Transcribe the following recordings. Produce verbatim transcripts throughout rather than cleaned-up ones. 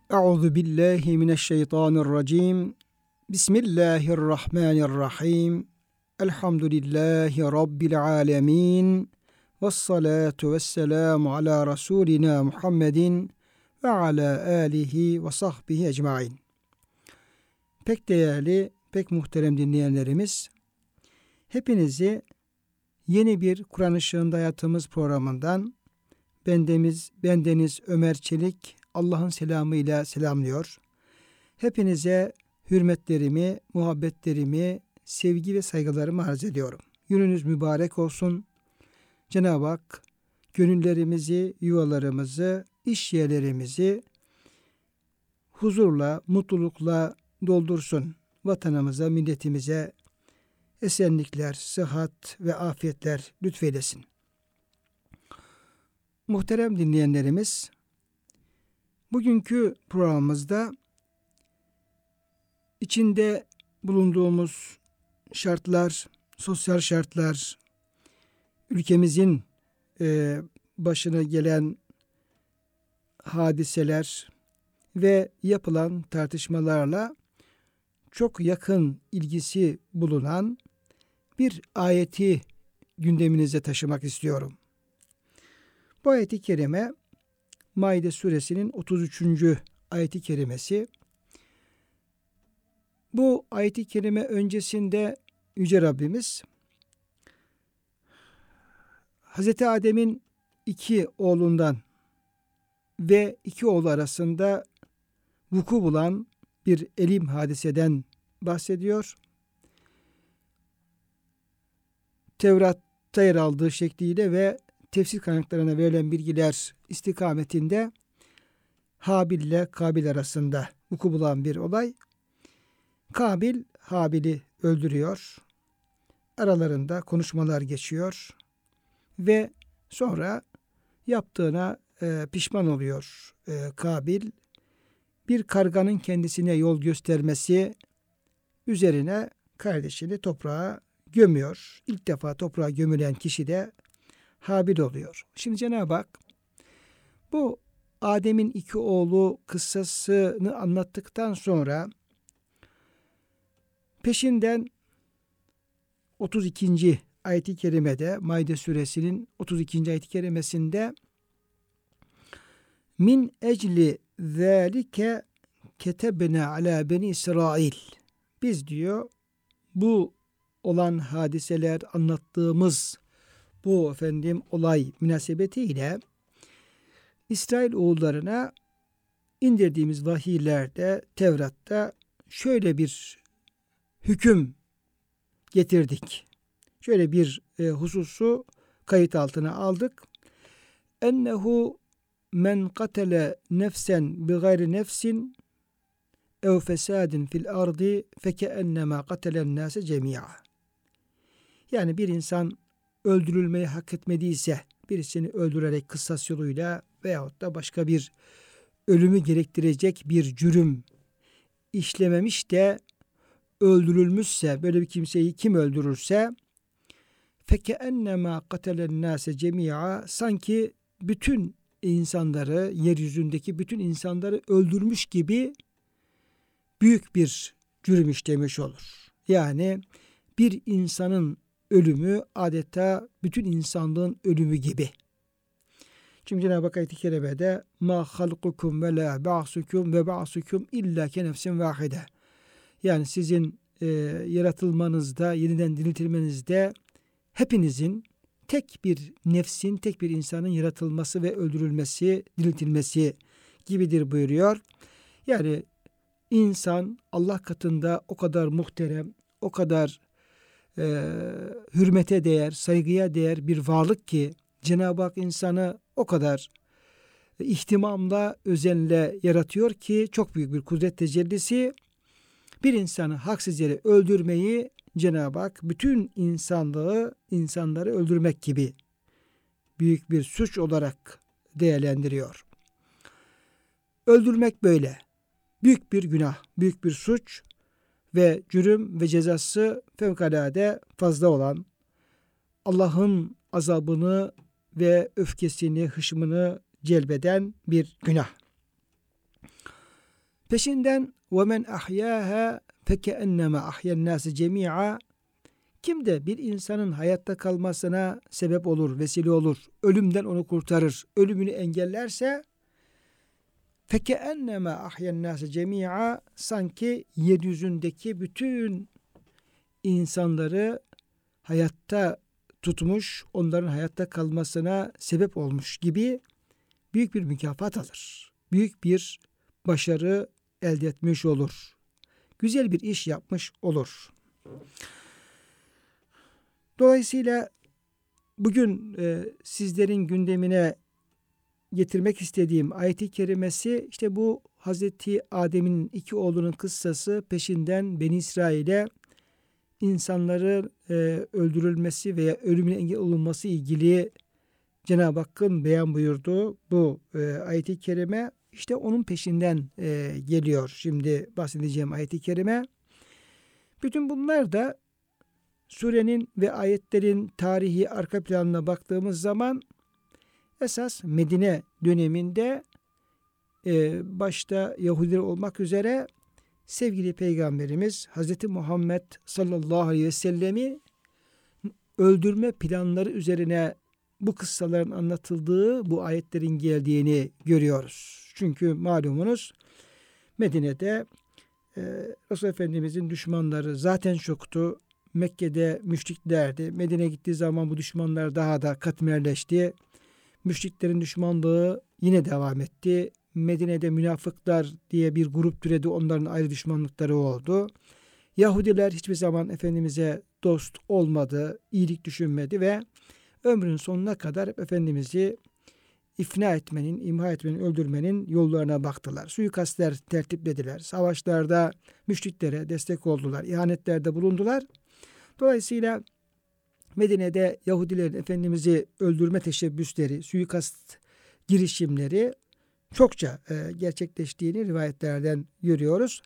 Euzu billahi mineşşeytanirracim. Bismillahirrahmanirrahim. Elhamdülillahi Rabbil alemin. Vessalatu vesselamu ala Resulina Muhammedin ve ala alihi ve sahbihi ecmain. Pek değerli, pek muhterem dinleyenlerimiz, hepinizi yeni bir Kur'an Işığında Hayatımız programından bendeniz, bendeniz Ömer Çelik Allah'ın selamıyla selamlıyor. Hepinize hürmetlerimi, muhabbetlerimi, sevgi ve saygılarımı arz ediyorum. Gününüz mübarek olsun. Cenab-ı Hak gönüllerimizi, yuvalarımızı, iş yerlerimizi huzurla, mutlulukla doldursun. Vatanımıza, milletimize esenlikler, sıhhat ve afiyetler lütfeylesin. Muhterem dinleyenlerimiz, bugünkü programımızda içinde bulunduğumuz şartlar, sosyal şartlar, ülkemizin e, başına gelen hadiseler ve yapılan tartışmalarla çok yakın ilgisi bulunan bir ayeti gündeminize taşımak istiyorum. Bu ayet-i kerime Maide suresinin otuz üçüncü ayet-i kerimesi. Bu ayet-i kerime öncesinde Yüce Rabbimiz Hazreti Adem'in iki oğlundan ve iki oğlu arasında vuku bulan bir elim hadiseden bahsediyor. Tevrat'ta yer aldığı şekliyle ve tefsir kaynaklarına verilen bilgiler istikametinde Habil ile Kabil arasında vuku bulan bir olay. Kabil Habil'i öldürüyor. Aralarında konuşmalar geçiyor ve sonra yaptığına e, pişman oluyor e, Kabil. Bir karganın kendisine yol göstermesi üzerine kardeşini toprağa gömüyor. İlk defa toprağa gömülen kişi de Habil oluyor. Şimdi Cenab-ı Hak bu Adem'in iki oğlu kıssasını anlattıktan sonra peşinden otuz ikinci ayet-i kerimede, Maide suresinin otuz ikinci ayet-i kerimesinde min ecli zâlike ketebne alâ beni İsrail. Biz diyor bu olan hadiseler, anlattığımız bu efendim olay münasebetiyle İsrail oğullarına indirdiğimiz vahiylerde, Tevrat'ta şöyle bir hüküm getirdik. Şöyle bir e, hususu kayıt altına aldık. Ennehu men katele nefsen bi gayri nefsin ev fesadin fil ardi fekeennemâ katelen nâse cemî'a. Yani bir insan öldürülmeyi hak etmediyse, birisini öldürerek kıssas yoluyla veyahut da başka bir ölümü gerektirecek bir cürüm işlememiş de öldürülmüşse, böyle bir kimseyi kim öldürürse fekeennemâ katelen nâse cemî'a, sanki bütün insanları, yeryüzündeki bütün insanları öldürmüş gibi büyük bir cürüm işlemiş olur. Yani bir insanın ölümü adeta bütün insanlığın ölümü gibi. Çünkü Cenab-ı Hak ayet-i kerimede ma halqukum ve la ba'sukum ve ba'sukum illa ke nefsin vahide. Yani sizin e, yaratılmanızda, yeniden diriltilmenizde hepinizin tek bir nefsin, tek bir insanın yaratılması ve öldürülmesi, diriltilmesi gibidir buyuruyor. Yani insan Allah katında o kadar muhterem, o kadar e, hürmete değer, saygıya değer bir varlık ki Cenab-ı Hak insanı o kadar ihtimamla, özenle yaratıyor ki çok büyük bir kudret tecellisi. Bir insanı haksız yere öldürmeyi Cenab-ı Hak bütün insanlığı, insanları öldürmek gibi büyük bir suç olarak değerlendiriyor. Öldürmek böyle. Büyük bir günah, büyük bir suç ve cürüm ve cezası fevkalade fazla olan, Allah'ın azabını ve öfkesini, hışmını celbeden bir günah. Peşinden وَمَنْ أَحْيَاهَا فَكَأَنَّمَا أَحْيَا النَّاسِ جَمِيعًا. Kim de bir insanın hayatta kalmasına sebep olur, vesile olur, ölümden onu kurtarır, ölümünü engellerse فَكَأَنَّمَا أَحْيَا النَّاسِ جَمِيعًا, sanki yeryüzündeki bütün insanları hayatta tutmuş, onların hayatta kalmasına sebep olmuş gibi büyük bir mükafat alır. Büyük bir başarı elde etmiş olur. Güzel bir iş yapmış olur. Dolayısıyla bugün e, sizlerin gündemine getirmek istediğim ayet-i kerimesi işte bu Hazreti Adem'in iki oğlunun kıssası, peşinden Beni İsrail'e insanların e, öldürülmesi veya ölümüne engel olunması ilgili Cenab-ı Hakk'ın beyan buyurduğu bu e, ayet-i kerime işte onun peşinden e, geliyor. Şimdi bahsedeceğim ayet-i kerime. Bütün bunlar da surenin ve ayetlerin tarihi arka planına baktığımız zaman esas Medine döneminde e, başta Yahudiler olmak üzere sevgili Peygamberimiz Hazreti Muhammed sallallahu aleyhi ve sellemi öldürme planları üzerine bu kıssaların anlatıldığı bu ayetlerin geldiğini görüyoruz. Çünkü malumunuz Medine'de e, Resul Efendimizin düşmanları zaten çoktu. Mekke'de müşriklerdi. Medine'ye gittiği zaman bu düşmanlar daha da katmerleşti. Müşriklerin düşmanlığı yine devam etti. Medine'de münafıklar diye bir grup türedi. Onların ayrı düşmanlıkları oldu. Yahudiler hiçbir zaman Efendimiz'e dost olmadı, iyilik düşünmedi ve ömrünün sonuna kadar hep Efendimiz'i ifna etmenin, imha etmenin, öldürmenin yollarına baktılar. Suikastler tertiplediler. Savaşlarda müşriklere destek oldular. İhanetlerde bulundular. Dolayısıyla Medine'de Yahudilerin Efendimiz'i öldürme teşebbüsleri, suikast girişimleri çokça e, gerçekleştiğini rivayetlerden görüyoruz.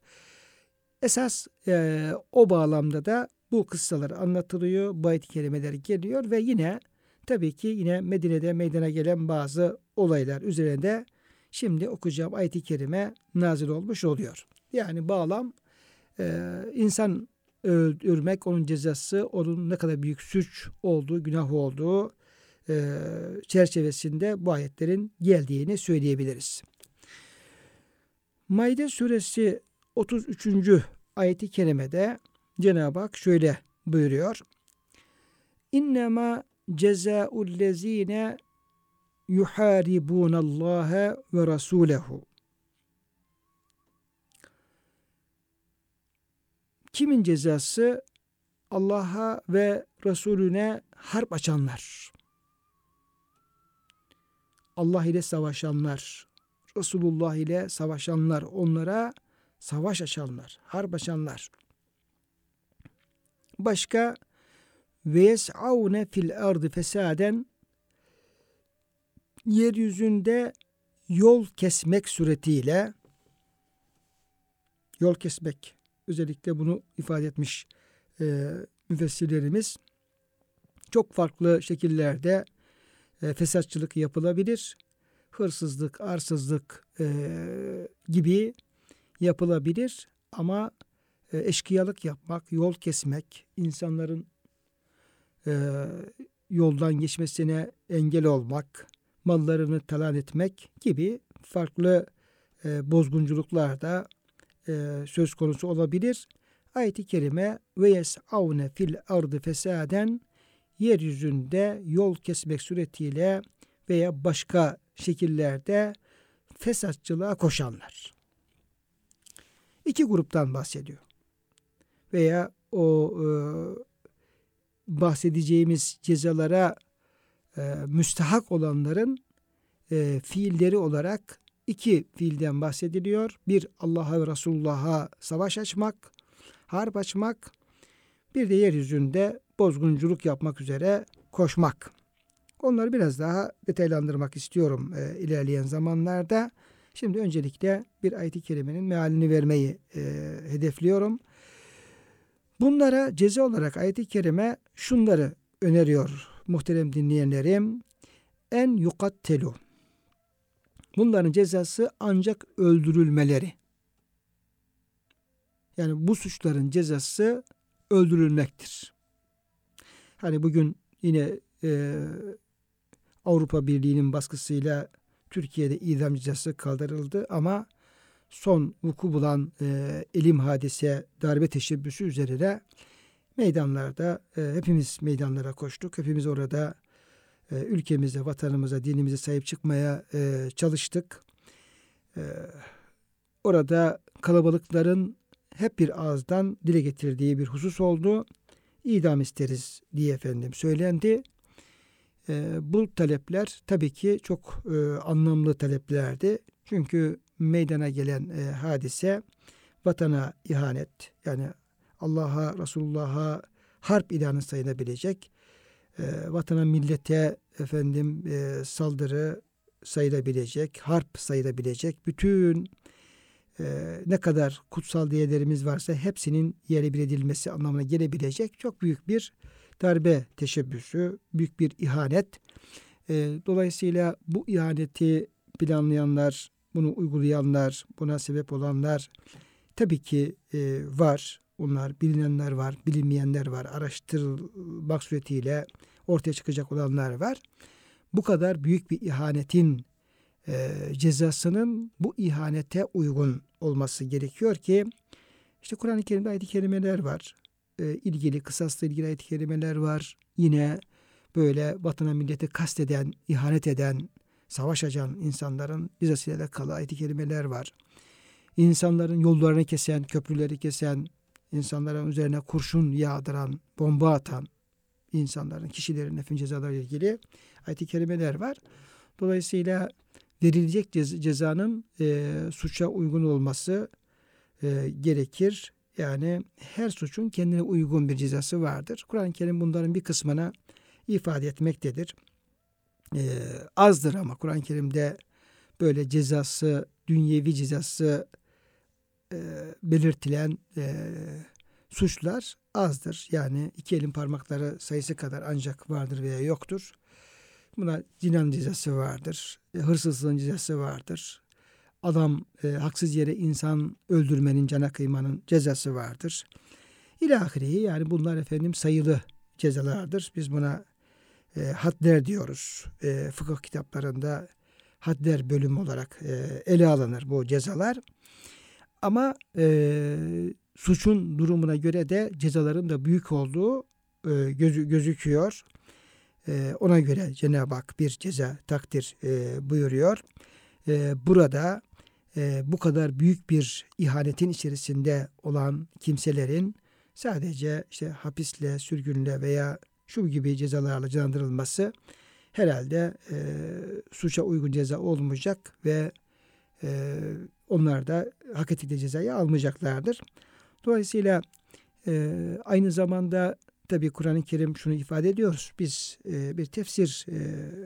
Esas e, o bağlamda da bu kıssalar anlatılıyor, bu ayet-i kerimeler geliyor ve yine tabii ki yine Medine'de meydana gelen bazı olaylar üzerinde şimdi okuyacağım ayet-i kerime nazil olmuş oluyor. Yani bağlam e, insan öldürmek, onun cezası, onun ne kadar büyük suç olduğu, günah olduğu e, çerçevesinde bu ayetlerin geldiğini söyleyebiliriz. Maide suresi otuz üçüncü ayeti kerimede Cenab-ı Hak şöyle buyuruyor. İnnemâ cezâullezîne yuhâribûnallâhe ve rasûlehu. Kimin cezası? Allah'a ve Resulüne harp açanlar. Allah ile savaşanlar. Resulullah ile savaşanlar. Onlara savaş açanlar. Harp açanlar. Başka ve yes'avne fil ardı fesaden, yeryüzünde yol kesmek suretiyle, yol kesmek özellikle bunu ifade etmiş e, müfessirlerimiz, çok farklı şekillerde e, fesatçılık yapılabilir. Hırsızlık, arsızlık e, gibi yapılabilir ama e, eşkıyalık yapmak, yol kesmek, insanların e, yoldan geçmesine engel olmak, mallarını talan etmek gibi farklı e, bozgunculuklar da e, söz konusu olabilir. Ayet-i kerime ve yes'avne fil ardı fesaden, yeryüzünde yol kesmek suretiyle veya başka şekillerde fesatçılığa koşanlar. İki gruptan bahsediyor. Veya o e, bahsedeceğimiz cezalara e, müstahak olanların e, fiilleri olarak iki fiilden bahsediliyor. Bir, Allah'a ve Resulullah'a savaş açmak, harp açmak. Bir de yeryüzünde bozgunculuk yapmak üzere koşmak. Onları biraz daha detaylandırmak istiyorum e, ilerleyen zamanlarda. Şimdi öncelikle bir ayet-i kerimenin mealini vermeyi e, hedefliyorum. Bunlara ceza olarak ayet-i kerime şunları öneriyor muhterem dinleyenlerim. En yukattelu. Bunların cezası ancak öldürülmeleri. Yani bu suçların cezası öldürülmektir. Hani bugün yine e, Avrupa Birliği'nin baskısıyla Türkiye'de idam cezası kaldırıldı ama son vuku bulan e, elim hadise darbe teşebbüsü üzerine meydanlarda e, hepimiz meydanlara koştuk. Hepimiz orada e, ülkemize, vatanımıza, dinimize sahip çıkmaya e, çalıştık. E, orada kalabalıkların hep bir ağızdan dile getirdiği bir husus oldu. İdam isteriz diye efendim söylendi. E, bu talepler tabii ki çok e, anlamlı taleplerdi. Çünkü meydana gelen e, hadise vatana ihanet, yani Allah'a, Resulullah'a harp ilanı sayılabilecek, e, vatana, millete efendim e, saldırı sayılabilecek, harp sayılabilecek, bütün e, ne kadar kutsal değerlerimiz varsa hepsinin yerle bir edilmesi anlamına gelebilecek çok büyük bir darbe teşebbüsü, büyük bir ihanet. E, dolayısıyla bu ihaneti planlayanlar, bunu uygulayanlar, buna sebep olanlar tabii ki e, var. Bunlar bilinenler var, bilinmeyenler var. Araştırılmak suretiyle ortaya çıkacak olanlar var. Bu kadar büyük bir ihanetin e, cezasının bu ihanete uygun olması gerekiyor ki işte Kur'an-ı Kerim'de ayet-i kerimeler var. E, ilgili, kısasla ilgili ayet-i kerimeler var. Yine böyle vatana millete kasteden, ihanet eden, savaş açan insanların cezasıyla alakalı ayet-i kerimeler var. İnsanların yollarını kesen, köprüleri kesen, insanların üzerine kurşun yağdıran, bomba atan insanların, kişilerin efendim cezalarıyla ilgili ayet-i kerimeler var. Dolayısıyla verilecek cez- cezanın e, suça uygun olması e, gerekir. Yani her suçun kendine uygun bir cezası vardır. Kur'an-ı Kerim bunların bir kısmına ifade etmektedir. E, azdır ama Kur'an-ı Kerim'de böyle cezası, dünyevi cezası e, belirtilen e, suçlar azdır. Yani iki elin parmakları sayısı kadar ancak vardır veya yoktur. Buna zinan cezası vardır. E, hırsızlığın cezası vardır. Adam e, haksız yere insan öldürmenin, cana kıymanın cezası vardır. İlahiri, yani bunlar efendim sayılı cezalardır. Biz buna e, hadler diyoruz. E, fıkıh kitaplarında hadler bölümü olarak e, ele alınır bu cezalar. Ama e, suçun durumuna göre de cezaların da büyük olduğu e, gözü, gözüküyor. E, ona göre Cenab-ı Hak bir ceza takdir e, buyuruyor. E, burada e, bu kadar büyük bir ihanetin içerisinde olan kimselerin sadece işte hapisle, sürgünle veya şu gibi cezalarla cezalandırılması herhalde e, suça uygun ceza olmayacak ve e, onlar da hak ettikleri cezayı almayacaklardır. Dolayısıyla e, aynı zamanda tabi Kur'an-ı Kerim şunu ifade ediyoruz. Biz e, bir tefsir e,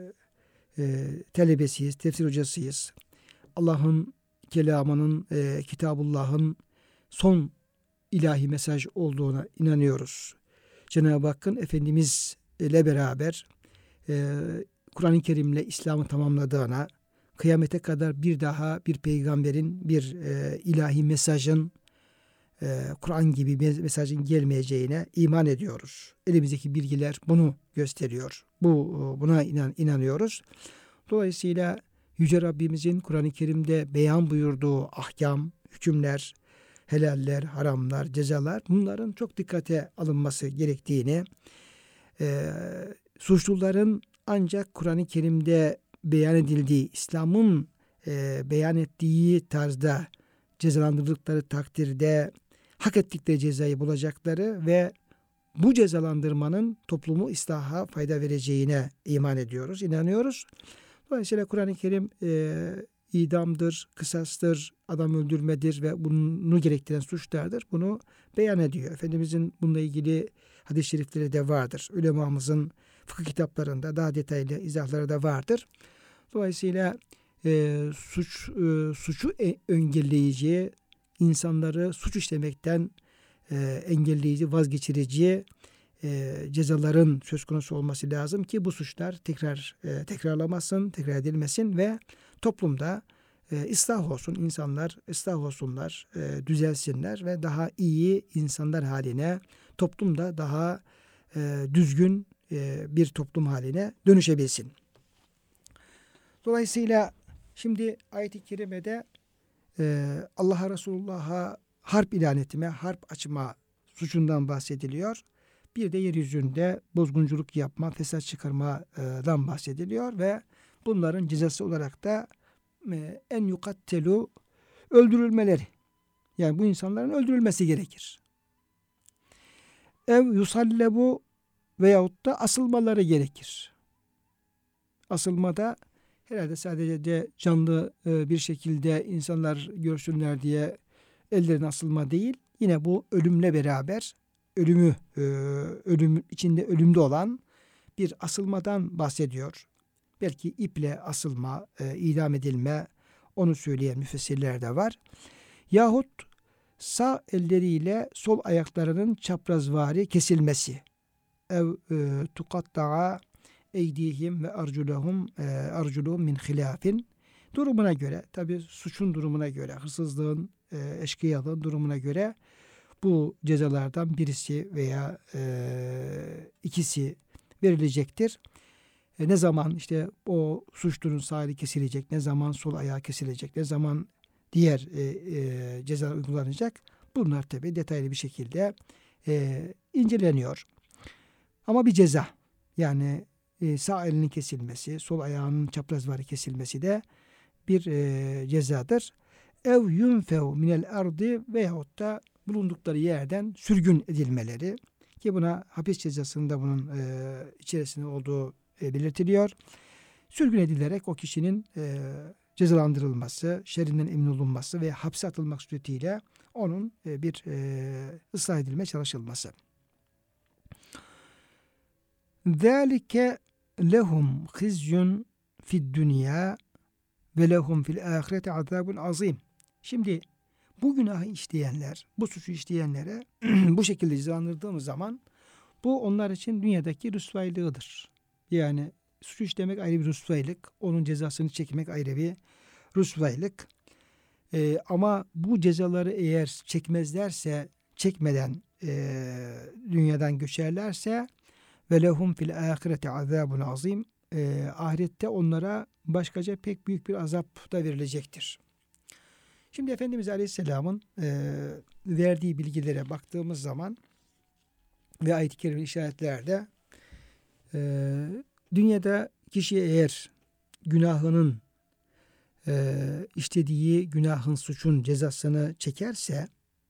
e, talebesiyiz, tefsir hocasıyız. Allah'ın kelamının, e, Kitabullah'ın son ilahi mesaj olduğuna inanıyoruz. Cenab-ı Hakk'ın Efendimiz ile beraber e, Kur'an-ı Kerim'le İslam'ı tamamladığına, kıyamete kadar bir daha bir peygamberin, bir e, ilahi mesajın, e, Kur'an gibi bir mesajın gelmeyeceğine iman ediyoruz. Elimizdeki bilgiler bunu gösteriyor. Bu buna inan, inanıyoruz. Dolayısıyla Yüce Rabbimizin Kur'an-ı Kerim'de beyan buyurduğu ahkam, hükümler, helaller, haramlar, cezalar, bunların çok dikkate alınması gerektiğini, e, suçluların ancak Kur'an-ı Kerim'de beyan edildiği, İslam'ın e, beyan ettiği tarzda cezalandırıldıkları takdirde hak ettikleri cezayı bulacakları ve bu cezalandırmanın toplumu islaha fayda vereceğine iman ediyoruz, inanıyoruz. Dolayısıyla Kur'an-ı Kerim e, idamdır, kısastır, adam öldürmedir ve bunu gerektiren suçlardır. Bunu beyan ediyor. Efendimizin bununla ilgili hadis-i şerifleri de vardır. Ulemamızın fıkıh kitaplarında daha detaylı izahları da vardır. Dolayısıyla e, suç e, suçu e, engelleyici, insanları suç işlemekten e, engelleyici, vazgeçirici e, cezaların söz konusu olması lazım ki bu suçlar tekrar e, tekrarlamasın, tekrar edilmesin ve toplumda e, ıslah olsun, insanlar ıslah olsunlar, e, düzelsinler ve daha iyi insanlar haline, toplumda daha e, düzgün e, bir toplum haline dönüşebilsin. Dolayısıyla şimdi ayet-i kerimede e, Allah'a, Resulullah'a harp ilan etme, harp açma suçundan bahsediliyor. Bir de yeryüzünde bozgunculuk yapma, fesat çıkarmadan bahsediliyor ve bunların cezası olarak da e, en yukattelu öldürülmeleri. Yani bu insanların öldürülmesi gerekir. Ev yusallebu veyahut da asılmaları gerekir. Asılmada herhalde sadece de canlı e, bir şekilde insanlar görsünler diye ellerine asılma değil. Yine bu ölümle beraber ölümü e, ölüm içinde ölümde olan bir asılmadan bahsediyor. Belki iple asılma, e, idam edilme, onu söyleyen müfessirler de var. Yahut sağ elleriyle sol ayaklarının çaprazvari kesilmesi. Ev e, tukatta'a eydihim ve arculahum e, arculuhum min hilafin. Durumuna göre, tabi suçun durumuna göre, hırsızlığın, e, eşkıyalığın durumuna göre bu cezalardan birisi veya e, ikisi verilecektir. E, ne zaman işte o suçlunun sağ eli kesilecek, ne zaman sol ayağı kesilecek, ne zaman diğer e, e, ceza uygulanacak. Bunlar tabi detaylı bir şekilde e, inceleniyor. Ama bir ceza, yani e, sağ elinin kesilmesi, sol ayağının çaprazvari kesilmesi de bir e, cezadır. Ev yunfev minel ardı veyahut da bulundukları yerden sürgün edilmeleri, ki buna hapis cezasında bunun e, içerisinde olduğu e, belirtiliyor. Sürgün edilerek o kişinin e, cezalandırılması, şerrinden emin olunması ve hapse atılmak suretiyle onun e, bir e, ıslah edilmeye çalışılması. ذَٰلِكَ لَهُمْ خِزْيٌ فِي الدُّنْيَا ve lehum fil ahireti azabun azim. Şimdi bu günahı işleyenler, bu suçu işleyenlere bu şekilde cezalandırdığımız zaman bu onlar için dünyadaki rüsvaylığıdır. Yani suç işlemek ayrı bir rüsvaylık, onun cezasını çekmek ayrı bir rüsvaylık. Ee, ama bu cezaları eğer çekmezlerse, çekmeden e, dünyadan göçerlerse ve lehum fil ahireti azabun azim. E, ahirette onlara başkaca pek büyük bir azap da verilecektir. Şimdi Efendimiz Aleyhisselam'ın e, verdiği bilgilere baktığımız zaman ve ayet-i kerime işaretlerde e, dünyada kişi eğer günahının e, işlediği günahın, suçun cezasını çekerse,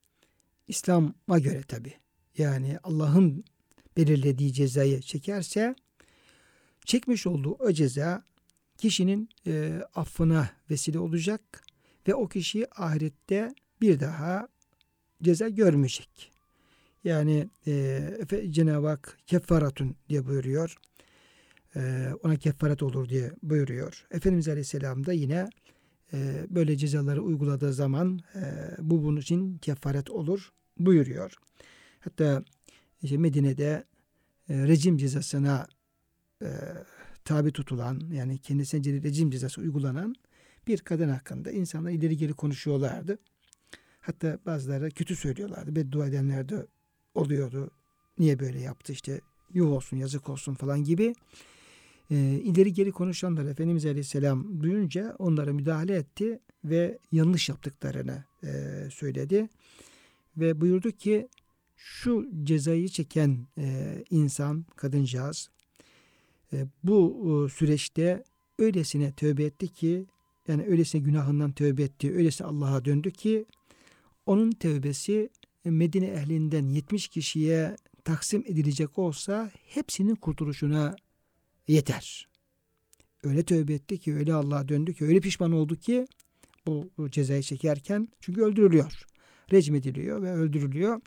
İslam'a göre tabi, yani Allah'ın belirlediği cezayı çekerse, çekmiş olduğu o ceza kişinin e, affına vesile olacak ve o kişi ahirette bir daha ceza görmeyecek. Yani e, Cenab-ı Hak keffaratun diye buyuruyor. E, ona kefaret olur diye buyuruyor. Efendimiz Aleyhisselam da yine e, böyle cezaları uyguladığı zaman e, bu bunun için kefaret olur buyuruyor. Hatta işte Medine'de e, rejim cezasına e, tabi tutulan, yani kendisine rejim cezası uygulanan bir kadın hakkında insanlar ileri geri konuşuyorlardı. Hatta bazıları kötü söylüyorlardı. Beddua edenler de oluyordu. Niye böyle yaptı, işte yuh olsun, yazık olsun falan gibi. E, ileri geri konuşanlar Efendimiz Aleyhisselam duyunca onlara müdahale etti ve yanlış yaptıklarını e, söyledi. Ve buyurdu ki şu cezayı çeken e, insan, kadıncağız e, bu e, süreçte öylesine tövbe etti ki, yani öylesine günahından tövbe etti, öylesine Allah'a döndü ki onun tövbesi Medine ehlinden yetmiş kişiye taksim edilecek olsa hepsinin kurtuluşuna yeter. Öyle tövbe etti ki, öyle Allah'a döndü ki, öyle pişman oldu ki bu, bu cezayı çekerken, çünkü öldürülüyor, rejim ediliyor ve öldürülüyor.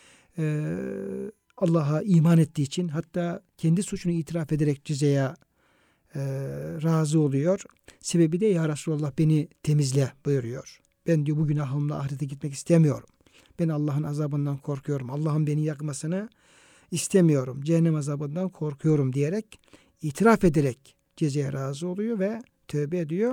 Ee, Allah'a iman ettiği için, hatta kendi suçunu itiraf ederek cezaya e, razı oluyor. Sebebi de ya Resulallah beni temizle buyuruyor. Ben diyor bu günahımla ahirete gitmek istemiyorum. Ben Allah'ın azabından korkuyorum. Allah'ın beni yakmasını istemiyorum. Cehennem azabından korkuyorum diyerek, itiraf ederek cezaya razı oluyor ve tövbe ediyor.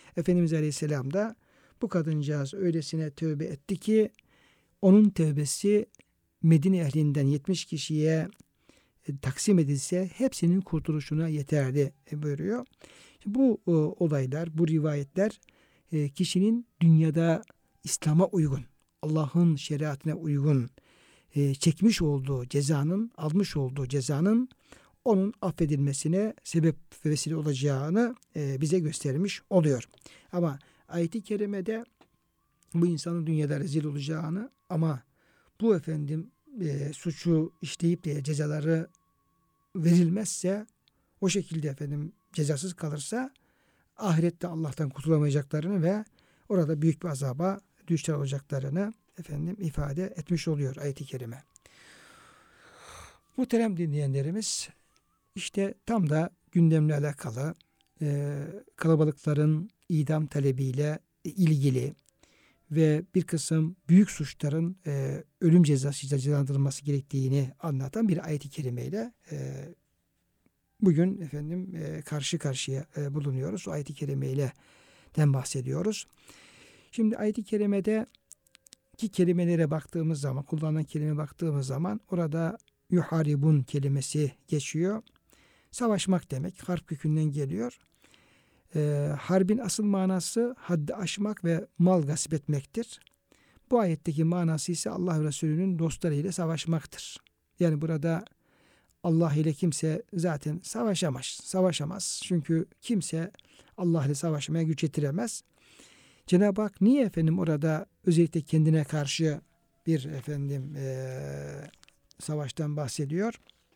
Efendimiz Aleyhisselam da bu kadıncağız öylesine tövbe etti ki onun tövbesi Medine ehlinden yetmiş kişiye e, taksim edilse hepsinin kurtuluşuna yeterli e, buyuruyor. Bu e, olaylar, bu rivayetler e, kişinin dünyada İslam'a uygun, Allah'ın şeriatine uygun e, çekmiş olduğu cezanın, almış olduğu cezanın onun affedilmesine sebep ve vesile olacağını e, bize göstermiş oluyor. Ama ayet-i kerimede bu insanın dünyada rezil olacağını ama bu efendim e, suçu işleyip de cezaları verilmezse, o şekilde efendim cezasız kalırsa ahirette Allah'tan kurtulamayacaklarını ve orada büyük bir azaba düşer olacaklarını efendim ifade etmiş oluyor ayet-i kerime. Muhterem dinleyenlerimiz, işte tam da gündemle alakalı e, kalabalıkların idam talebiyle ilgili ve bir kısım büyük suçların e, ölüm cezası cezalandırılması gerektiğini anlatan bir ayet-i kerimeyle e, bugün efendim e, karşı karşıya e, bulunuyoruz. O ayet-i kerimeyle den bahsediyoruz. Şimdi ayet-i kerimede ki kelimelere baktığımız zaman, kullanılan kelime baktığımız zaman orada yuharibun kelimesi geçiyor. Savaşmak demek. Harp kökünden geliyor. E, harbin asıl manası haddi aşmak ve mal gasp etmektir. Bu ayetteki manası ise Allah Resulü'nün dostlarıyla savaşmaktır. Yani burada Allah ile kimse zaten savaşamaz. Savaşamaz. Çünkü kimse Allah ile savaşmaya güç yetiremez. Cenab-ı Hak niye efendim orada özellikle kendine karşı bir efendim e, savaştan bahsediyor?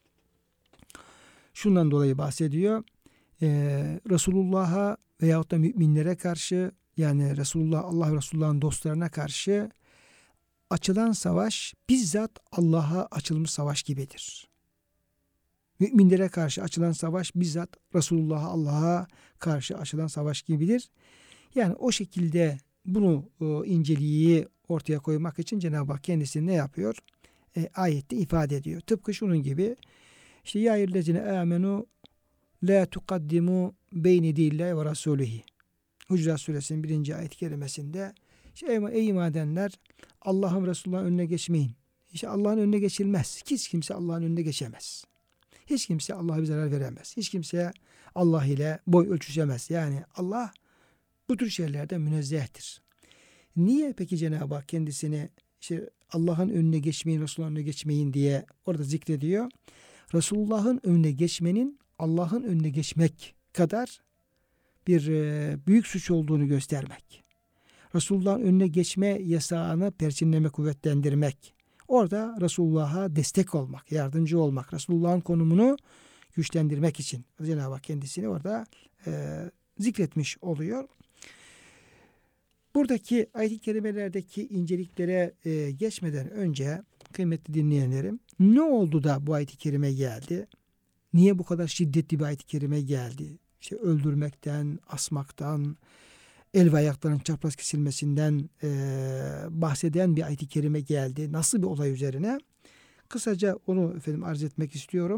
Şundan dolayı bahsediyor. E, Resulullah'a veyahut da müminlere karşı, yani Resulullah, Allah Resulullah'ın dostlarına karşı açılan savaş bizzat Allah'a açılmış savaş gibidir. Müminlere karşı açılan savaş bizzat Resulullah'a, Allah'a karşı açılan savaş gibidir. Yani o şekilde bunu o, inceliği ortaya koymak için Cenab-ı Hak kendisi ne yapıyor? E, ayette ifade ediyor. Tıpkı şunun gibi, işte ya eyyühellezine amenu la tukaddimu beyne dillahi ve rasulihi. Hucurat Suresinin birinci ayet-i kerimesinde işte, ey iman edenler, Allah'ın Resulullah'ın önüne geçmeyin. İşte Allah'ın önüne geçilmez. Hiç kimse Allah'ın önüne geçemez. Hiç kimse Allah'a bir zarar veremez. Hiç kimse Allah ile boy ölçüşemez. Yani Allah bu tür şeylerden münezzehtir. Niye peki Cenab-ı Hak kendisini işte Allah'ın önüne geçmeyin, Resulullah'ın önüne geçmeyin diye orada zikrediyor? Resulullah'ın önüne geçmenin Allah'ın önüne geçmek kadar bir e, büyük suç olduğunu göstermek. Resulullah'ın önüne geçme yasağını perçinleme, kuvvetlendirmek. Orada Resulullah'a destek olmak, yardımcı olmak, Resulullah'ın konumunu güçlendirmek için Cenab-ı Hak kendisini orada e, zikretmiş oluyor. Buradaki ayet-i kerimelerdeki inceliklere e, geçmeden önce kıymetli dinleyenlerim, ne oldu da bu ayet-i kerime geldi? Niye bu kadar şiddetli bir ayet-i kerime geldi? İşte öldürmekten, asmaktan, el ve ayakların çapraz kesilmesinden e, bahseden bir ayet-i kerime geldi. Nasıl bir olay üzerine? Kısaca onu efendim arz etmek istiyorum.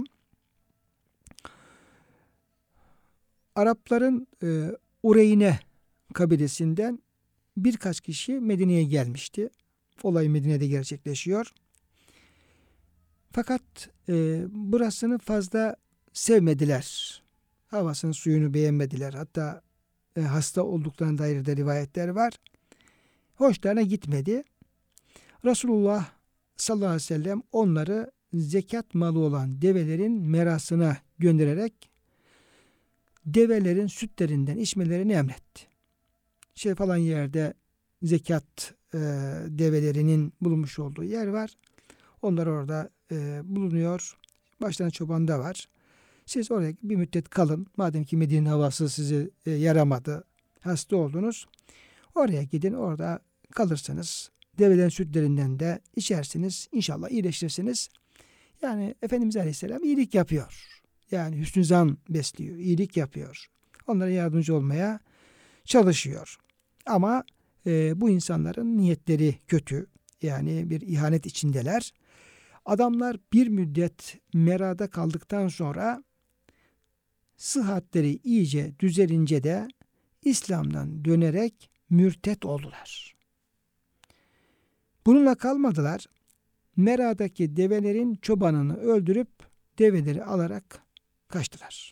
Arapların e, Ureyne kabilesinden birkaç kişi Medine'ye gelmişti. Olay Medine'de gerçekleşiyor. Fakat e, burasını fazla sevmediler. Havasını, suyunu beğenmediler. Hatta e, hasta olduklarına dair de rivayetler var. Hoşlarına gitmedi. Resulullah sallallahu aleyhi ve sellem onları zekat malı olan develerin merasına göndererek develerin sütlerinden içmelerini emretti. Şey falan yerde zekat e, develerinin bulunmuş olduğu yer var. Onlar orada e, bulunuyor. Başlarında çoban da var. Siz oraya bir müddet kalın. Madem ki Medine'nin havası size e, yaramadı, hasta oldunuz. Oraya gidin, orada kalırsınız. Develerin sütlerinden de içersiniz. İnşallah iyileşirsiniz. Yani Efendimiz Aleyhisselam iyilik yapıyor. Yani hüsnü zan besliyor, iyilik yapıyor. Onlara yardımcı olmaya çalışıyor. Ama e, bu insanların niyetleri kötü. Yani bir ihanet içindeler. Adamlar bir müddet merada kaldıktan sonra sıhhatleri iyice düzelince de İslam'dan dönerek mürtet oldular. Bununla kalmadılar. Mera'daki develerin çobanını öldürüp develeri alarak kaçtılar.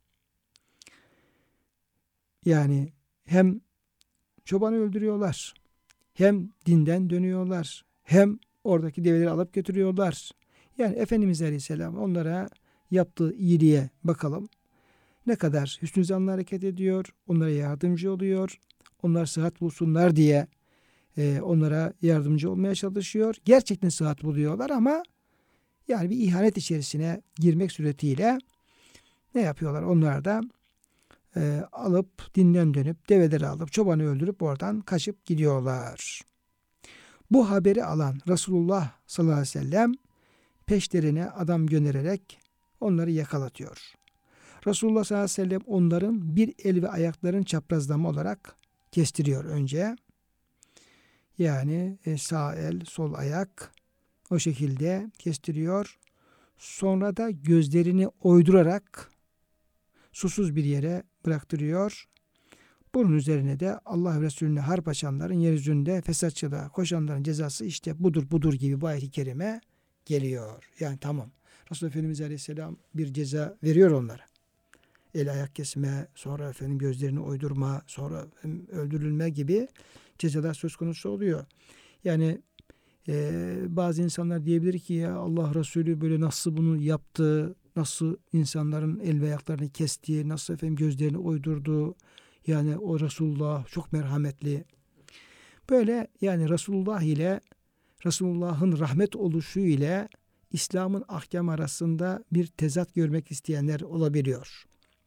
Yani hem çobanı öldürüyorlar, hem dinden dönüyorlar, hem oradaki develeri alıp götürüyorlar. Yani Efendimiz Aleyhisselam onlara yaptığı iyiliğe bakalım. Ne kadar hüsnü zanlı hareket ediyor, onlara yardımcı oluyor, onlar sıhhat bulsunlar diye e, onlara yardımcı olmaya çalışıyor. Gerçekten sıhhat buluyorlar ama yani bir ihanet içerisine girmek suretiyle ne yapıyorlar? Onlar da e, alıp dinden dönüp develeri alıp çobanı öldürüp oradan kaçıp gidiyorlar. Bu haberi alan Resulullah sallallahu aleyhi ve sellem peşlerine adam göndererek onları yakalatıyor. Resulullah sallallahu aleyhi ve sellem onların bir el ve ayakların çaprazlama olarak kestiriyor önce. Yani sağ el, sol ayak o şekilde kestiriyor. Sonra da gözlerini oydurarak susuz bir yere bıraktırıyor. Bunun üzerine de Allah Resulüne harp açanların, yeryüzünde fesatçılığa koşanların cezası işte budur budur gibi bu ayet-i kerime geliyor. Yani tamam. Resulullah Efendimiz Aleyhisselam bir ceza veriyor onlara. El ayak kesme, sonra efendim gözlerini oydurma, sonra öldürülme gibi cezalar söz konusu oluyor. Yani e, bazı insanlar diyebilir ki ya Allah Resulü böyle nasıl bunu yaptı, nasıl insanların el ve ayaklarını kesti, nasıl efendim gözlerini oydurdu. Yani o Resulullah çok merhametli. Böyle yani Resulullah ile Resulullah'ın rahmet oluşu ile İslam'ın ahkam arasında bir tezat görmek isteyenler olabiliyor.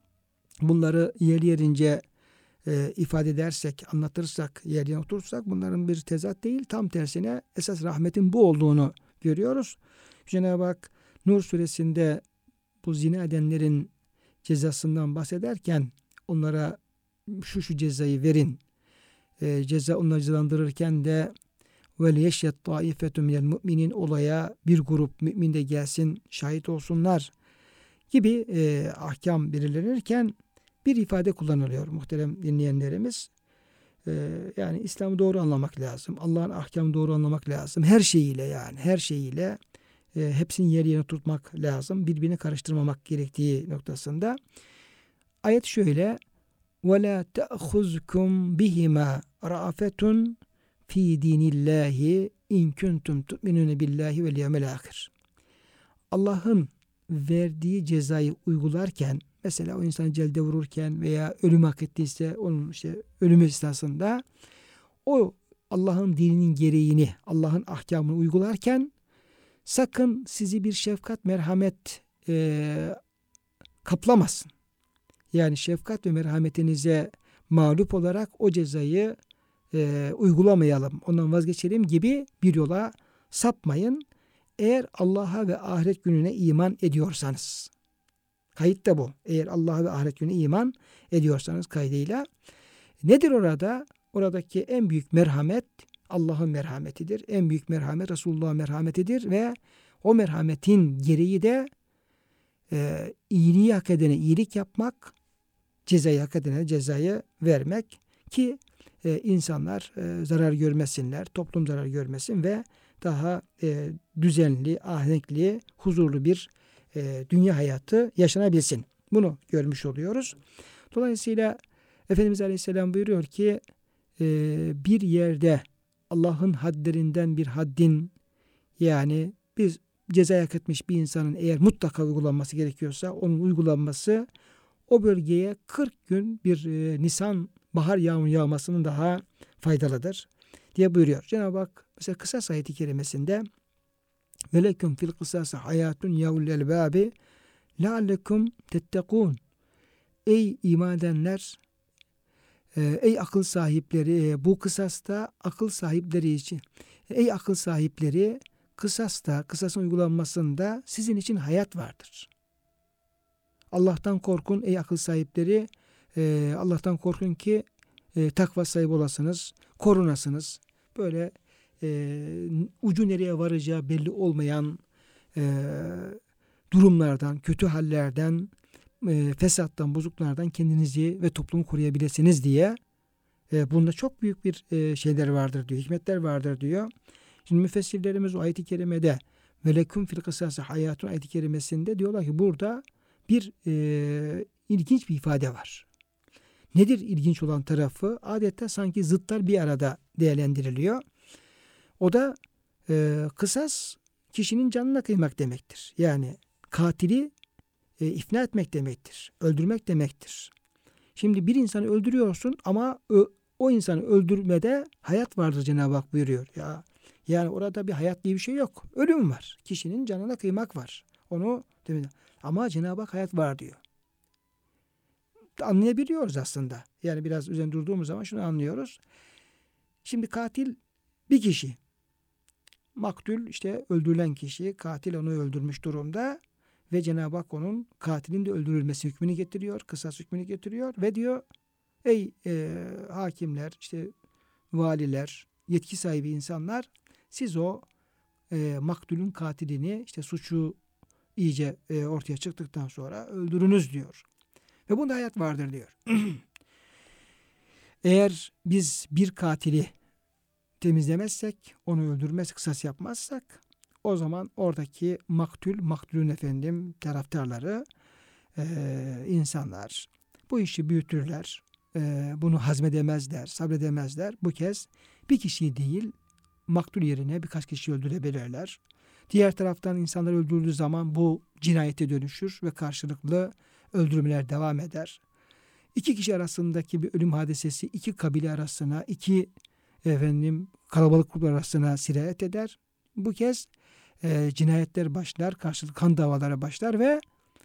Bunları yer yerince e, ifade edersek, anlatırsak, yer yerine oturursak bunların bir tezat değil, tam tersine esas rahmetin bu olduğunu görüyoruz. Cenab-ı Hak Nur suresinde bu zina edenlerin cezasından bahsederken onlara şu şu cezayı verin. E, ceza onları cezalandırırken de وَلْيَشْيَتْ طَائِفَةٌ مِنَ الْمُؤْمِنِينَ olaya bir grup mümin de gelsin, şahit olsunlar gibi e, ahkam belirlenirken bir ifade kullanılıyor muhterem dinleyenlerimiz. E, yani İslam'ı doğru anlamak lazım. Allah'ın ahkamını doğru anlamak lazım. Her şeyiyle yani her şeyiyle e, hepsini yer yerine tutmak lazım. Birbirini karıştırmamak gerektiği noktasında. Ayet şöyle: وَلَا تَأْخُذْكُمْ بِهِمَا رَأَفَةٌ fi dinillahi in kuntum tu'minun billahi vel yevmil ahir. Allah'ın verdiği cezayı uygularken, mesela o insanı celde vururken veya ölüm hak ettiyse onun işte ölüm esnasında o Allah'ın dininin gereğini, Allah'ın ahkamını uygularken sakın sizi bir şefkat, merhamet e, kaplamasın. Yani şefkat ve merhametinize mağlup olarak o cezayı e, uygulamayalım, ondan vazgeçelim gibi bir yola sapmayın. Eğer Allah'a ve ahiret gününe iman ediyorsanız. Kayıt da bu. Eğer Allah'a ve ahiret gününe iman ediyorsanız kaydıyla. Nedir orada? Oradaki en büyük merhamet Allah'ın merhametidir. En büyük merhamet Resulullah'ın merhametidir ve o merhametin gereği de e, iyiliği hak edene iyilik yapmak, cezayı hak edene cezayı vermek ki e, insanlar e, zarar görmesinler, toplum zarar görmesin ve daha e, düzenli, ahenkli, huzurlu bir e, dünya hayatı yaşanabilsin. Bunu görmüş oluyoruz. Dolayısıyla Efendimiz Aleyhisselam buyuruyor ki e, bir yerde Allah'ın haddlerinden bir haddin, yani bir ceza hak etmiş bir insanın eğer mutlaka uygulanması gerekiyorsa onun uygulanması o bölgeye kırk gün bir e, Nisan bahar yağmur yağmasının daha faydalıdır diye buyuruyor. Cenab-ı Hak mesela kısas ayeti kerimesinde velekum fil kısası hayatun yavul elbabi leallekum tettekûn. Ey iman edenler, e, ey akıl sahipleri, e, bu kısasta akıl sahipleri için, ey akıl sahipleri, kısasta, kısasın uygulanmasında sizin için hayat vardır. Allah'tan korkun ey akıl sahipleri, e, Allah'tan korkun ki e, takva sahibi olasınız, korunasınız. Böyle e, ucu nereye varacağı belli olmayan e, durumlardan, kötü hallerden e, fesattan, bozuklardan kendinizi ve toplumu koruyabilirsiniz diye e, bunda çok büyük bir e, şeyler vardır diyor, hikmetler vardır diyor. Şimdi müfessirlerimiz o ayet-i kerimede ve leküm fil kısası hayatun ayet-i kerimesinde diyorlar ki burada bir e, ilginç bir ifade var. Nedir ilginç olan tarafı? Adeta sanki zıtlar bir arada değerlendiriliyor. O da e, kısas kişinin canına kıymak demektir. Yani katili e, ifna etmek demektir. Öldürmek demektir. Şimdi bir insanı öldürüyorsun ama ö, o insanı öldürmede hayat vardır Cenab-ı Hak buyuruyor. Ya, yani orada bir hayat diye bir şey yok. Ölüm var. Kişinin canına kıymak var. Onu ama Cenab-ı Hak hayat var diyor. Anlayabiliyoruz aslında. Yani biraz üzerinde durduğumuz zaman şunu anlıyoruz. Şimdi katil bir kişi. Maktul işte öldürülen kişi, katil onu öldürmüş durumda ve Cenab-ı Hak onun katilin de öldürülmesi hükmünü getiriyor, kısas hükmünü getiriyor ve diyor ey e, hakimler, işte valiler, yetki sahibi insanlar siz o e, maktulün katilini işte suçu iyice e, ortaya çıktıktan sonra öldürünüz diyor. Ve bunda hayat vardır diyor. Eğer biz bir katili temizlemezsek, onu öldürmez, kısas yapmazsak o zaman oradaki maktul, maktulün efendim taraftarları, e, insanlar bu işi büyütürler, e, bunu hazmedemezler, sabredemezler. Bu kez bir kişiyi değil, maktul yerine birkaç kişi öldürebilirler. Diğer taraftan insanlar öldürüldüğü zaman bu cinayete dönüşür ve karşılıklı öldürmeler devam eder. İki kişi arasındaki bir ölüm hadisesi iki kabile arasına, iki efendim kalabalık gruplar arasına sirayet eder. Bu kez e, cinayetler başlar, karşılıklı kan davaları başlar ve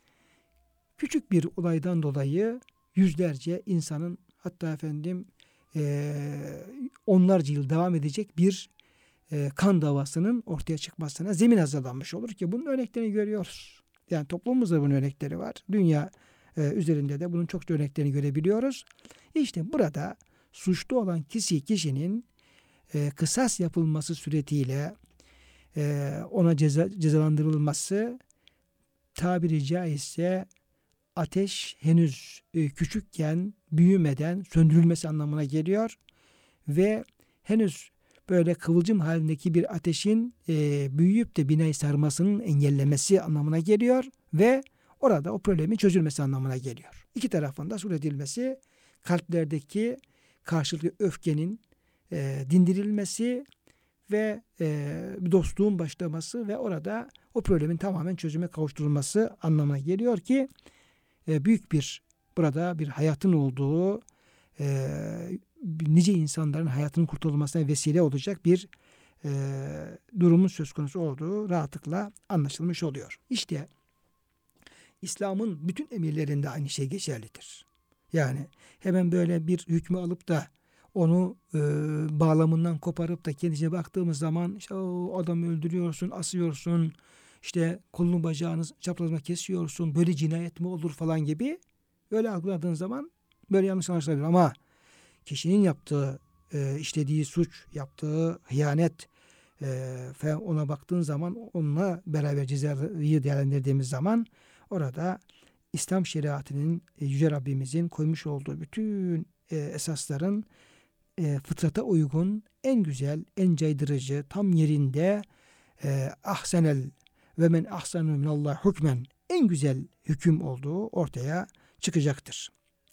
küçük bir olaydan dolayı yüzlerce insanın hatta efendim e, onlarca yıl devam edecek bir e, kan davasının ortaya çıkmasına zemin hazırlanmış olur ki bunun örneklerini görüyoruz. Yani toplumumuzda bunun örnekleri var. Dünya e, üzerinde de bunun çok örneklerini görebiliyoruz. İşte burada suçlu olan kişi kişinin e, kısas yapılması suretiyle e, ona ceza, cezalandırılması tabiri caizse ateş henüz e, küçükken büyümeden söndürülmesi anlamına geliyor ve henüz böyle kıvılcım halindeki bir ateşin e, büyüyüp de binayı sarmasının engellemesi anlamına geliyor ve orada o problemin çözülmesi anlamına geliyor. İki tarafın da sulh edilmesi, kalplerdeki karşılıklı öfkenin e, dindirilmesi ve e, dostluğun başlaması ve orada o problemin tamamen çözüme kavuşturulması anlamına geliyor ki e, büyük bir burada bir hayatın olduğu, e, nice insanların hayatının kurtulmasına vesile olacak bir e, durumun söz konusu olduğu rahatlıkla anlaşılmış oluyor. İşte İslam'ın bütün emirlerinde aynı şey geçerlidir. Yani hemen böyle bir hükmü alıp da onu e, bağlamından koparıp da kendisine baktığımız zaman işte o adamı öldürüyorsun, asıyorsun, işte kolunu bacağını çaprazına kesiyorsun, böyle cinayet mi olur falan gibi öyle algıladığın zaman böyle yanlış anlaşılabilir. Ama kişinin yaptığı, e, işlediği suç, yaptığı hıyanet e, ve ona baktığın zaman onunla beraber cezayı değerlendirdiğimiz zaman orada İslam şeriatının, e, Yüce Rabbimizin koymuş olduğu bütün e, esasların e, fıtrata uygun, en güzel, en caydırıcı, tam yerinde e, ahsenel ve men ahsenu minallah hükmen en güzel hüküm olduğu ortaya çıkacaktır.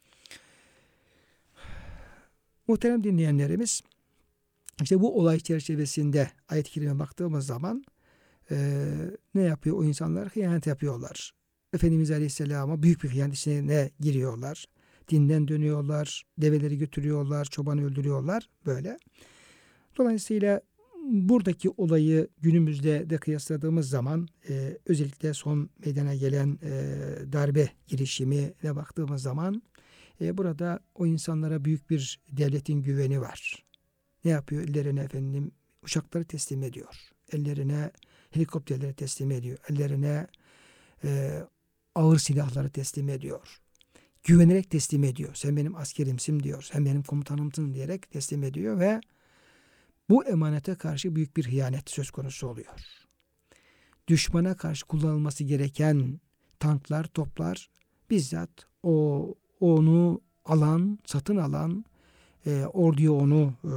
Muhterem dinleyenlerimiz, işte bu olay çerçevesinde ayet-i kerime baktığımız zaman e, ne yapıyor o insanlar? Hıyanet yapıyorlar. Efendimiz Aleyhisselam'a büyük bir hıyanet içine giriyorlar. Dinden dönüyorlar, develeri götürüyorlar, çobanı öldürüyorlar böyle. Dolayısıyla buradaki olayı günümüzde de kıyasladığımız zaman e, özellikle son meydana gelen e, darbe girişimine baktığımız zaman e, burada o insanlara büyük bir devletin güveni var. Ne yapıyor? Ellerine efendim uçakları teslim ediyor. Ellerine helikopterleri teslim ediyor. Ellerine e, ağır silahları teslim ediyor. Güvenerek teslim ediyor. Sen benim askerimsin diyor. Sen benim komutanımsın diyerek teslim ediyor ve bu emanete karşı büyük bir hıyanet söz konusu oluyor. Düşmana karşı kullanılması gereken tanklar, toplar bizzat o onu alan, satın alan, e, orduya onu e,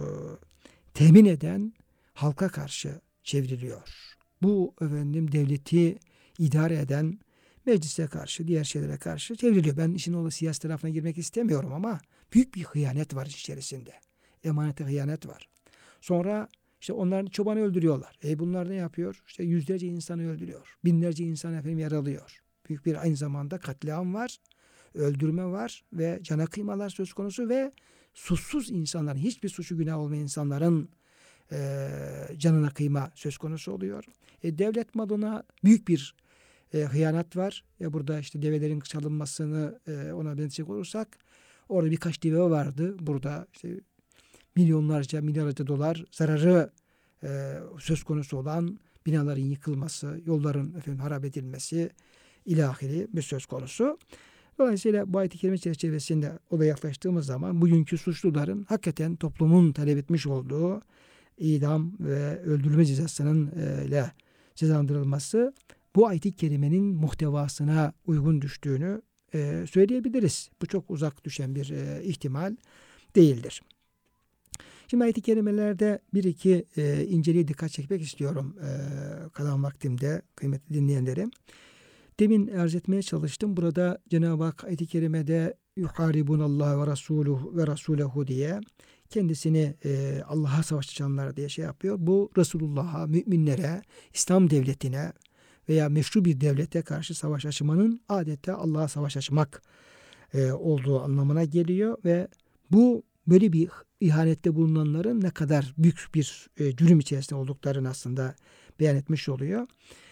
temin eden halka karşı çevriliyor. Bu efendim devleti idare eden meclise karşı, diğer şeylere karşı çevriliyor. Ben işin o siyasi tarafına girmek istemiyorum ama büyük bir hıyanet var içerisinde. Emanete hıyanet var. Sonra işte onların çobanı öldürüyorlar. E bunlar ne yapıyor? İşte yüzlerce insanı öldürüyor. Binlerce insan efendim yaralıyor. Büyük bir aynı zamanda katliam var. Öldürme var ve cana kıymalar söz konusu ve suçsuz insanların, hiçbir suçu günah olmayan insanların e, canına kıyma söz konusu oluyor. E, devlet malına büyük bir e, hıyanet var. E, burada işte develerin çalınmasını e, ona benzeyecek olursak orada birkaç deve vardı. Burada işte milyonlarca, milyarlarca dolar zararı e, söz konusu olan binaların yıkılması, yolların efendim harap edilmesi ilahiri bir söz konusu. Dolayısıyla bu ayet-i kerime çerçevesinde olaya yaklaştığımız zaman bugünkü suçluların hakikaten toplumun talep etmiş olduğu idam ve öldürülme cezasının e, ile cezalandırılması bu ayet-i kerimenin muhtevasına uygun düştüğünü e, söyleyebiliriz. Bu çok uzak düşen bir e, ihtimal değildir. Şimdi ayet-i kerimelerde bir iki e, inceliğe dikkat çekmek istiyorum e, kalan vaktimde kıymetli dinleyenlerim. Demin arz etmeye çalıştım. Burada Cenab-ı Hak ayet-i kerimede yuharibunallah ve rasuluhu ve rasulehu diye kendisini e, Allah'a savaş açanlar diye şey yapıyor. Bu Resulullah'a, müminlere, İslam devletine veya meşru bir devlete karşı savaş açmanın adeta Allah'a savaş açmak e, olduğu anlamına geliyor ve bu böyle bir ihanette bulunanların ne kadar büyük bir e, cürüm içerisinde olduklarını aslında beyan etmiş oluyor.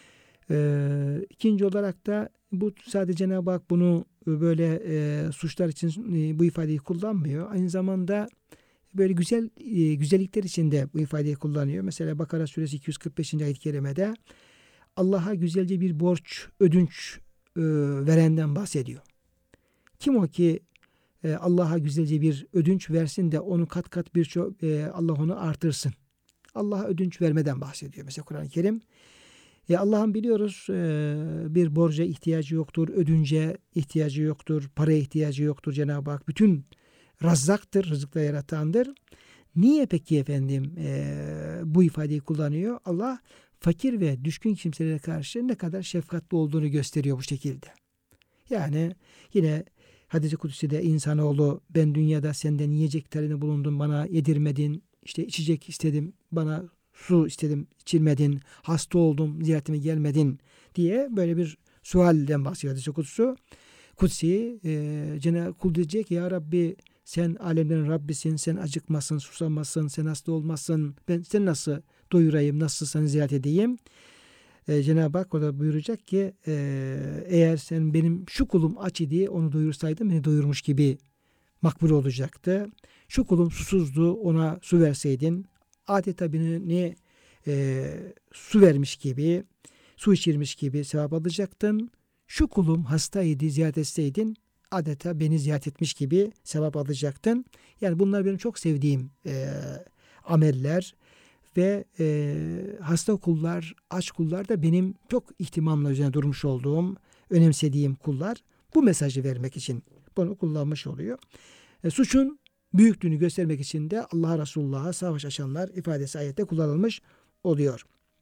E, ikinci olarak da bu sadece Cenab-ı Hak bunu böyle e, suçlar için e, bu ifadeyi kullanmıyor. Aynı zamanda böyle güzel e, güzellikler için de bu ifadeyi kullanıyor. Mesela Bakara suresi iki yüz kırk beşinci ayet-i kerimede Allah'a güzelce bir borç, ödünç e, verenden bahsediyor. Kim o ki e, Allah'a güzelce bir ödünç versin de onu kat kat birçok e, Allah onu artırsın. Allah'a ödünç vermeden bahsediyor. Mesela Kur'an-ı Kerim e, Allah'ın biliyoruz e, bir borca ihtiyacı yoktur, ödünce ihtiyacı yoktur, paraya ihtiyacı yoktur Cenab-ı Hak. Bütün razzaktır, rızıkla yaratandır. Niye peki efendim e, bu ifadeyi kullanıyor? Allah fakir ve düşkün kimselere karşı ne kadar şefkatli olduğunu gösteriyor bu şekilde. Yani yine Hadis-i Kudusi'de insanoğlu ben dünyada senden yiyecek talebinde bulundum bana yedirmedin. İşte içecek istedim bana su istedim içirmedin. Hasta oldum ziyaretime gelmedin diye böyle bir sualden bahsediyor Hadis-i Kudusi. Kudsi e, Cenab-ı Kul diyecek ya Rabbi sen alemlerin Rabbisin, sen acıkmasın, susamasın, sen hasta olmasın. Ben seni nasıl doyurayım, nasıl seni ziyaret edeyim? Ee, Cenab-ı Hak orada buyuracak ki e, eğer sen benim şu kulum aç idi onu doyursaydın beni doyurmuş gibi makbul olacaktı. Şu kulum susuzdu ona su verseydin adeta beni e, su vermiş gibi su içirmiş gibi sevap alacaktın. Şu kulum hastaydı ziyaret etseydin adeta beni ziyaret etmiş gibi sevap alacaktın. Yani bunlar benim çok sevdiğim e, ameller. Ve e, hasta kullar, aç kullar da benim çok ihtimamla üzerine durmuş olduğum, önemsediğim kullar. Bu mesajı vermek için bunu kullanmış oluyor. E, suçun büyüklüğünü göstermek için de Allah Resulullah'a savaş açanlar ifadesi ayette kullanılmış oluyor.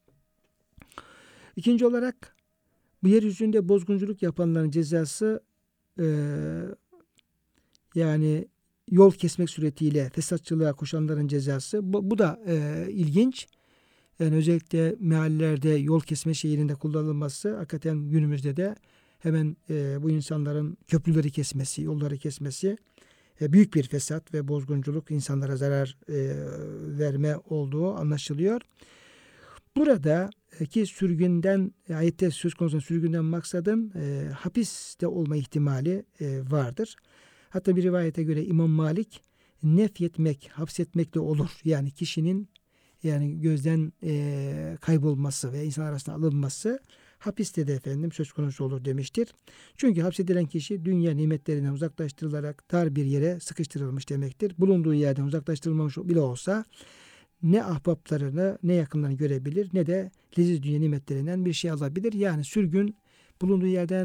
İkinci olarak bu yeryüzünde bozgunculuk yapanların cezası e, yani yol kesmek suretiyle fesatçılığa koşanların cezası. Bu, bu da e, ilginç. Yani özellikle mahallelerde yol kesme şeklinde kullanılması hakikaten günümüzde de hemen e, bu insanların köprüleri kesmesi, yolları kesmesi e, büyük bir fesat ve bozgunculuk insanlara zarar e, verme olduğu anlaşılıyor. Burada e, ki sürgünden ayette söz konusu sürgünden maksadın e, hapiste olma ihtimali e, vardır. Hatta bir rivayete göre İmam Malik nefyetmek, hapsetmek de olur. Yani kişinin yani gözden e, kaybolması ve insan arasında alınması hapiste de efendim söz konusu olur demiştir. Çünkü hapsedilen kişi dünya nimetlerinden uzaklaştırılarak dar bir yere sıkıştırılmış demektir. Bulunduğu yerden uzaklaştırılmamış bile olsa ne ahbaplarını ne yakınlarını görebilir ne de leziz dünya nimetlerinden bir şey alabilir. Yani sürgün bulunduğu yerden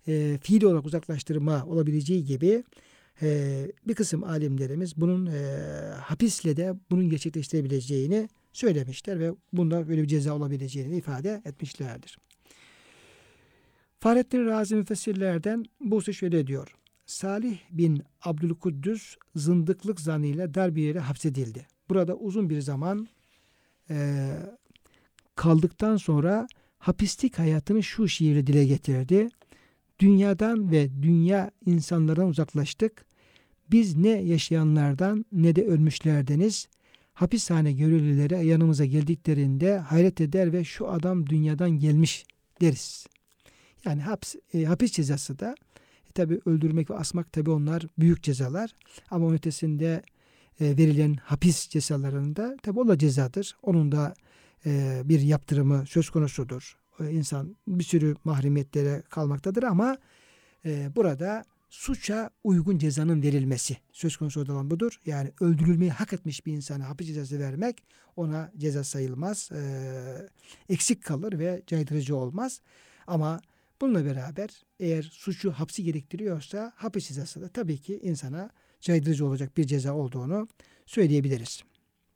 e, fiili olarak uzaklaştırma olabileceği gibi e, bir kısım alimlerimiz bunun e, hapisle de bunun gerçekleştirebileceğini söylemişler ve bunda böyle bir ceza olabileceğini ifade etmişlerdir. Fahrettin Razi müfessirlerden bu şöyle diyor. Salih bin Abdülkuddüs zındıklık zanıyla dar bir yere hapsedildi. Burada uzun bir zaman e, kaldıktan sonra hapislik hayatını şu şiirle dile getirdi. Dünyadan ve dünya insanlardan uzaklaştık. Biz ne yaşayanlardan ne de ölmüşlerdeniz. Hapishane görevlileri yanımıza geldiklerinde hayret eder ve şu adam dünyadan gelmiş deriz. Yani hapis, e, hapis cezası da e, tabi öldürmek ve asmak tabi onlar büyük cezalar. Ama onun ötesinde e, verilen hapis cezalarında tabi o da cezadır. Onun da e, bir yaptırımı söz konusudur. E, insan bir sürü mahremiyetlere kalmaktadır ama e, burada suça uygun cezanın verilmesi söz konusu olan budur. Yani öldürülmeyi hak etmiş bir insana hapis cezası vermek ona ceza sayılmaz. E, eksik kalır ve caydırıcı olmaz. Ama bununla beraber eğer suçu hapsi gerektiriyorsa hapis cezası da tabii ki insana caydırıcı olacak bir ceza olduğunu söyleyebiliriz.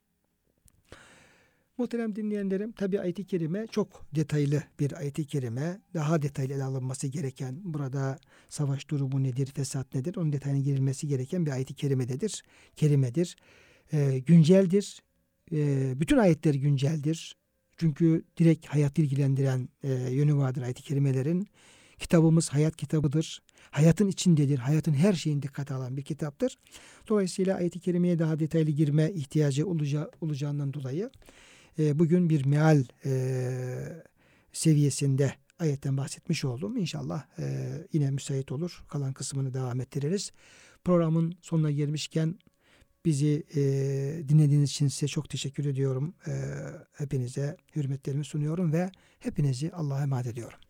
Muhterem dinleyenlerim, tabi ayet-i kerime çok detaylı bir ayet-i kerime. Daha detaylı ele alınması gereken, burada savaş durumu nedir, fesat nedir, onun detayına girilmesi gereken bir ayet-i kerimededir. Kerimedir. E, günceldir. E, bütün ayetler günceldir. Çünkü direkt hayatı ilgilendiren e, yönü vardır ayet-i kerimelerin. Kitabımız hayat kitabıdır. Hayatın içindedir. Hayatın her şeyini dikkate alan bir kitaptır. Dolayısıyla ayet-i kerimeye daha detaylı girme ihtiyacı olacağı, olacağından dolayı e, bugün bir meal e, seviyesinde ayetten bahsetmiş oldum. İnşallah e, yine müsait olur. Kalan kısmını devam ettiririz. Programın sonuna gelmişken bizi e, dinlediğiniz için size çok teşekkür ediyorum. E, hepinize hürmetlerimi sunuyorum ve hepinizi Allah'a emanet ediyorum.